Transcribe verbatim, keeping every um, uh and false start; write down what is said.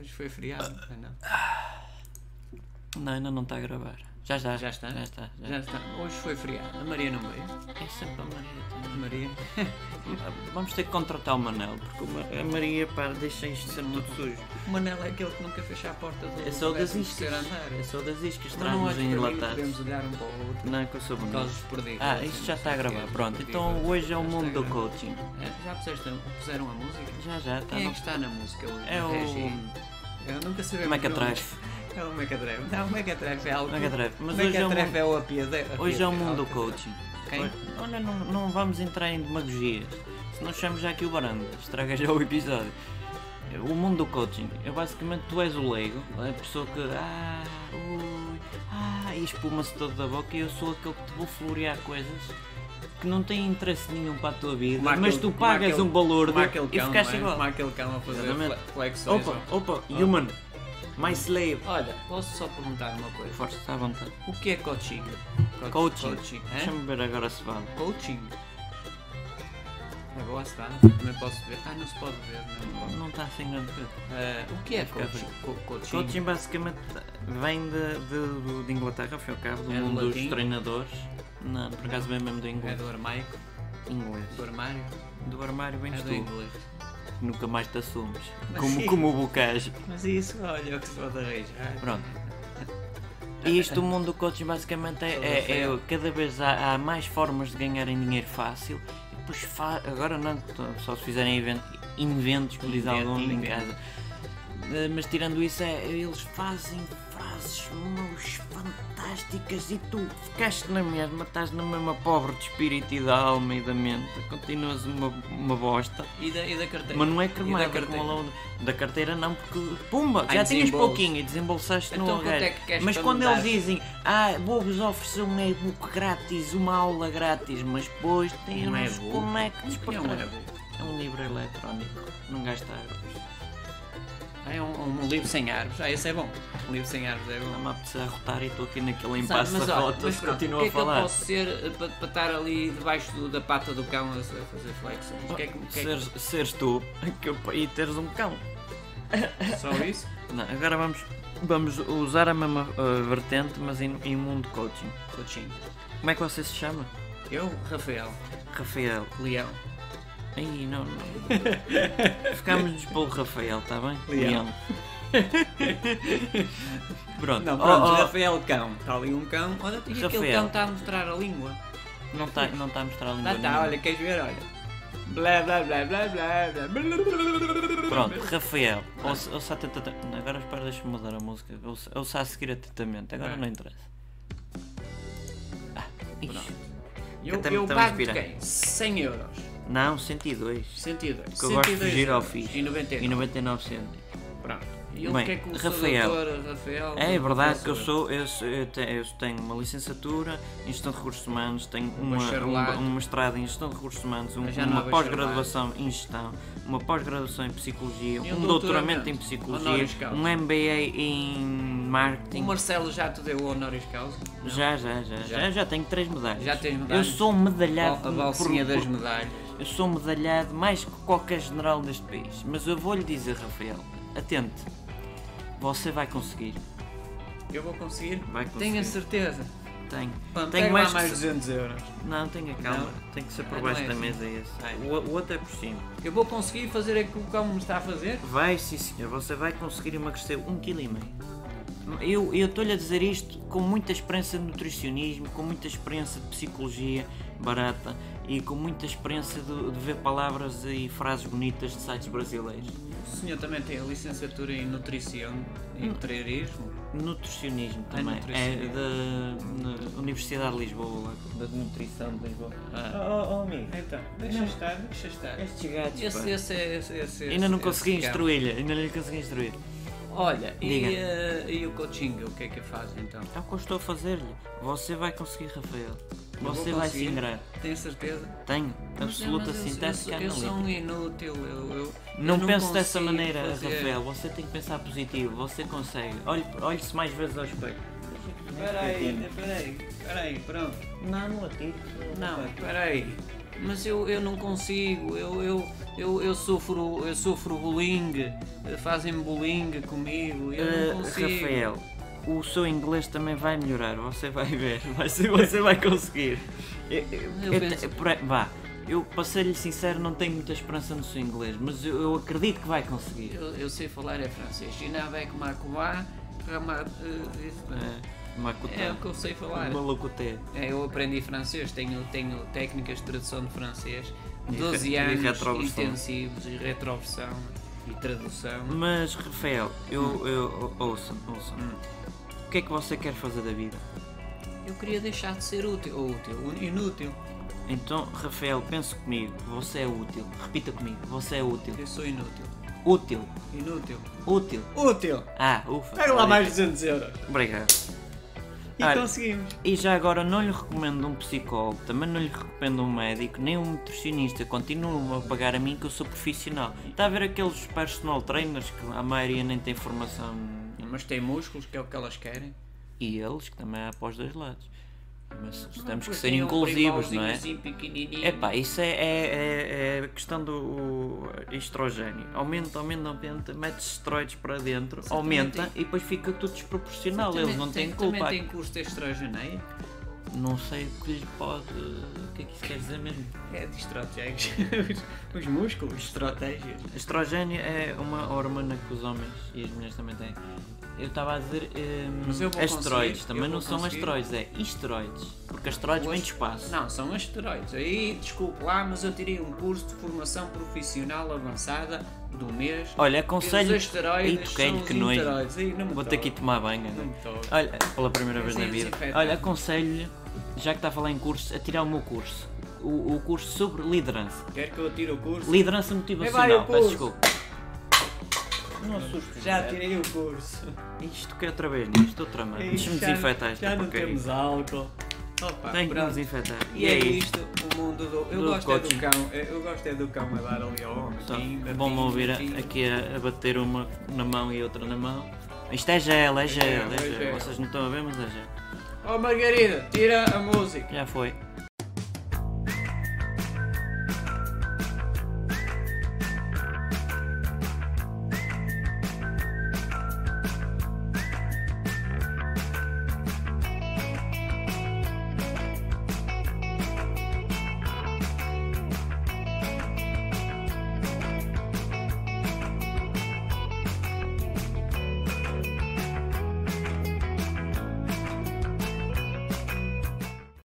Hoje foi feriado, não? Não, ainda não está a gravar. Já está. Já está? Já está. Já. Já está. Hoje foi feriado. A Maria não veio. É sempre a Maria. A também. Maria. Vamos ter que contratar o Manel, porque o Ma- a Maria, pá, deixa isto ser tudo sujo. O Manel é aquele que nunca fecha a porta do É só das décimo iscas. terceiro andar. É só das iscas, Mas não traz-nos olhes para mim, enlatados. podemos olhar um para o outro. Não é que eu sou Por bonito. causa dos perdigos. Ah, assim, isto não já sei está a o quê, gravar. dos Pronto, perdigos. então hoje é o Já está mundo a do gravar. coaching. É, já puseste, puseram a música? Já, já, está. Quem é no- que está na música hoje? É Na o Regi? Eu nunca sabia. Meca Drive. É o Meca Drive. Não, o Meca Drive é algo. Meca Drive. O Mas hoje é Meca o Drive mundo- é o apiade. Hoje é o mundo do coaching. Quem? Olha- Olha, não, não vamos entrar em demagogias. Se não chamamos já aqui o Baranda, estraga já o episódio. O mundo do coaching, é basicamente tu és o leigo, a pessoa que ah, ui, ah, e espuma-se todo da boca e eu sou aquele que te vou florear coisas que não têm interesse nenhum para a tua vida, Como mas aquele- tu como pagas aquele- um valor Como aquele e cão, ficaste não é? igual. Como aquele cão a fazer Exatamente. fle- flexões. Opa, ó. opa, Oh. human, my slave. Olha, posso só perguntar uma coisa? Força, está à vontade. O que é coaching? Co- Coaching. Coaching. hã? Deixa-me ver agora se vale. Coaching. É boa a cidade? Também posso ver. Ah, não se pode ver, não. Não está assim grande coisa. Ah, o que é Fica coaching? Co- coaching? Coaching basicamente vem de, de, de Inglaterra, ao fim e ao cabo, do É do mundo dos latim? treinadores. Não, por acaso vem mesmo do É inglês. do armaico? Inglês. Do armário? Do armário É vens do tu. inglês. Nunca mais te assumes. Mas Como, sim. como o Bocage. Mas isso, olha, é o que se pode arranjar. Pronto. E isto, o mundo do coaching basicamente é, é- é- cada vez há, há mais formas de ganharem dinheiro fácil. E depois fa- agora não, só se fizerem event, inventos, como diz Invento, algum em invento. casa. Eh, Mas tirando isso, é, eles fazem frases meus, fantásticas e tu ficaste na mesma, estás na mesma pobre de espírito e da alma e da mente, continuas uma, uma bosta. E da, e da carteira? Mas não é E da cremada carteira? como a lona- da carteira não, porque pumba, Ai, já tinhas desembolso. pouquinho e desembolsaste Então no quanto gajo. é que queres Mas para quando me eles dar? dizem, ah, vou-vos oferecer um e-book grátis, uma aula grátis, mas depois tem Um uns e-book? conectos O que por é um trás. e-book? É um livro eletrónico, não gasta águas. Ah, é um, um livro sem árvores. Ah, esse é bom. Um livro sem árvores é bom. Não me apetece arrotar e estou aqui naquele Sabe, impasse mas de olha, rotas, mas pronto, continuo o que a é que eu falar. posso ser eh, para, para estar ali debaixo do- da pata do cão a, a fazer flexões? O que é que, o que, é Seres, seres tu que eu- e teres um cão. que só isso? Não, agora vamos, vamos usar a mesma uh, vertente, mas em, em mundo coaching. Coaching. Como é que você se chama? Eu, Rafael, Rafael. Leão. Aí, não, não. Ficámos-nos pelo Rafael, está bem? Leão. Pronto. Não, Oh, pronto, oh, Rafael Cão. Está ali um cão. Olha, tem aquele Rafael. cão está a mostrar a língua. não está não tá a mostrar a língua Tá, tá, nenhuma. olha, queres ver? Olha. Blá, blá, blá, blá, blá, blá, blá, blá, blá. Pronto, Rafael. Ouça, ouça atentamente. Não, agora espera, deixa-me mudar a música. Ouça, ouça a seguir atentamente, agora Vai. não interessa. Ah, ixi. Pronto. Eu, Até- eu até me pago-te inspirar. quem? cem euros. Não, cento e dois. cento e dois. Que eu gosto de cento e dois fugir ao euros. fixe. E noventa e E nove. noventa e nove cêntimos. Pronto. E ele Bem, quer que o seu Rafael. doutor, Rafael... É verdade que eu professor, sou, eu, sou- eu, te- eu tenho uma licenciatura em gestão de recursos humanos, tenho uma, um, bacharelato. um mestrado em gestão de recursos humanos, um- Mas já não uma é pós-graduação em gestão, uma pós-graduação em psicologia, E um um doutoramento doutoramento, em psicologia, honoris causa. um M B A em O marketing. Marcelo já te deu o honoris causa? Não? Já, já, já, já, Já. já tenho três medalhas. Já tens Eu medalhas? sou um medalhado A balsinha por- das por- medalhas. Eu sou medalhado mais que qualquer general deste país. Mas eu vou-lhe dizer, Rafael, atente, você vai conseguir. Eu vou conseguir? Vai conseguir. Tenho a certeza. Tenho. Pronto, Tenho pega mais lá que mais se- duzentos euros. Não, tenha calma, tem que ser por Ah, baixo não é da assim. mesa esse. Vai. O, o outro é por cima. Eu vou conseguir fazer aquilo que o cão me está a fazer? Vai sim senhor, você vai conseguir emagrecer um quilo e meio. Eu eu estou-lhe a dizer isto com muita experiência de nutricionismo, com muita experiência de psicologia barata e com muita experiência de, de ver palavras e frases bonitas de sites brasileiros. O senhor também tem a licenciatura em nutrição e nutricionismo? Nutricionismo Ah, também, é nutricionismo. da na Universidade de Lisboa, lá, da Nutrição de Lisboa. Ah. Oh, oh, amigo, Então, deixa Não. estar, deixa estar. estes gatos, pá. Esse, esse, é- esse, esse, Ainda não esse consegui cão. instruir-lhe, ainda não lhe consegui instruir. Olha, e, Diga. eh, e o coaching, o que é que faz então? É o que eu estou a fazer-lhe. Você vai conseguir, Rafael. Eu Você vou vai se conseguir? ingrar. Tenho certeza? Tenho Mas, absoluta mas eu- sintética eu, eu, eu sou um analítica. inútil, eu, eu, Não eu pense dessa consigo maneira, fazer- Rafael. Você tem que pensar positivo. Você consegue. Olhe- Olhe-se mais vezes ao espelho. Espera aí, espera aí, espera aí, pronto. Não, não atiro. Não, espera aí. Mas eu, eu não consigo, eu, eu, eu, eu sofro, eu sofro bullying, fazem bullying comigo, eu não Uh, consigo. Rafael, o seu inglês também vai melhorar, você vai ver, vai ser, você vai conseguir. Eu, eu, Eu eu penso- te- por aí- vá, eu para ser-lhe sincero não tenho muita esperança no seu inglês, mas eu, eu acredito que vai conseguir. Eu, eu sei falar é francês, Ginavec Macuá, Ramad. É, Makuta, É o que eu sei falar. Malucoté. É, eu aprendi francês, tenho, tenho técnicas de tradução de francês, E doze re- e anos retroversão. intensivos e retroversão e tradução. Mas Rafael, eu, eu ouça, ouça. Hum. O que é que você quer fazer da vida? Eu queria deixar de ser útil, ou útil, un- inútil. Então, Rafael, pense comigo, você é útil. Repita comigo, você é útil. Eu sou inútil. Útil, Inútil. útil. Útil! Ah, ufa. Pega lá mais duzentos euros. Obrigado. E Olha, conseguimos. E já agora não lhe recomendo um psicólogo, também não lhe recomendo um médico, nem um nutricionista. Continuam a pagar a mim que eu sou profissional. Está a ver aqueles personal trainers que a maioria nem tem formação nenhuma. Mas tem músculos, que é o que elas querem. E eles que também há para os dois lados. Mas temos que Pois ser tem um inclusivos, não é? assim pequenininho. Epá, isso é, é, é, é a questão do o estrogênio. Aumenta, aumenta, aumenta, mete esteroides para dentro, Você também aumenta tem- e depois fica tudo desproporcional. Também Eles não têm tem- culpa. Também tem custo de estrogeneia. Não sei o que lhe pode. O que é que isso quer dizer mesmo? É de estratégias. Os, os músculos, estratégias. Estrogênio é uma hormona que os homens e as mulheres também têm. Eu estava a dizer hum, Mas eu vou esteroides, conseguir, também eu não vou são conseguir. esteroides, é esteroides. Porque asteroides vêm de Os- espaço. Não, são asteroides. Aí, desculpe lá, mas eu tirei um curso de formação profissional avançada do mês. Olha, E aconselho. os asteroides Ei, toquei-lhe, são que os nojo. interoides. Aí, não me Vou ter que ir toque, tomar banho Não agora. me toque. Olha, pela primeira vez Sim, na vida. desinfeta. Olha, aconselho-lhe, já que está a falar em cursos, a tirar o meu curso. O, o curso sobre liderança. Quer que eu tire o curso? Liderança Vai, motivacional, o peço curso. desculpa. Não assustes. Já mulher. tirei o curso. Isto que é outra vez nisto, estou tramado. Ei, Deixa-me já- desinfetar esta Já não porcaria. temos álcool. Opa, Tenho que pronto. desinfetar. E é isto, o mundo do. Eu do gosto é do coaching. cão. Eu gosto é do cão a dar ali ao homem. Só Pim, Vão-me pim, ouvir pim. aqui a, a bater uma na mão e outra na mão. Isto é gel, é gel, gel, é é gel. gel. Vocês não estão a ver, mas é gel. Oh Margarida, tira a música. Já foi.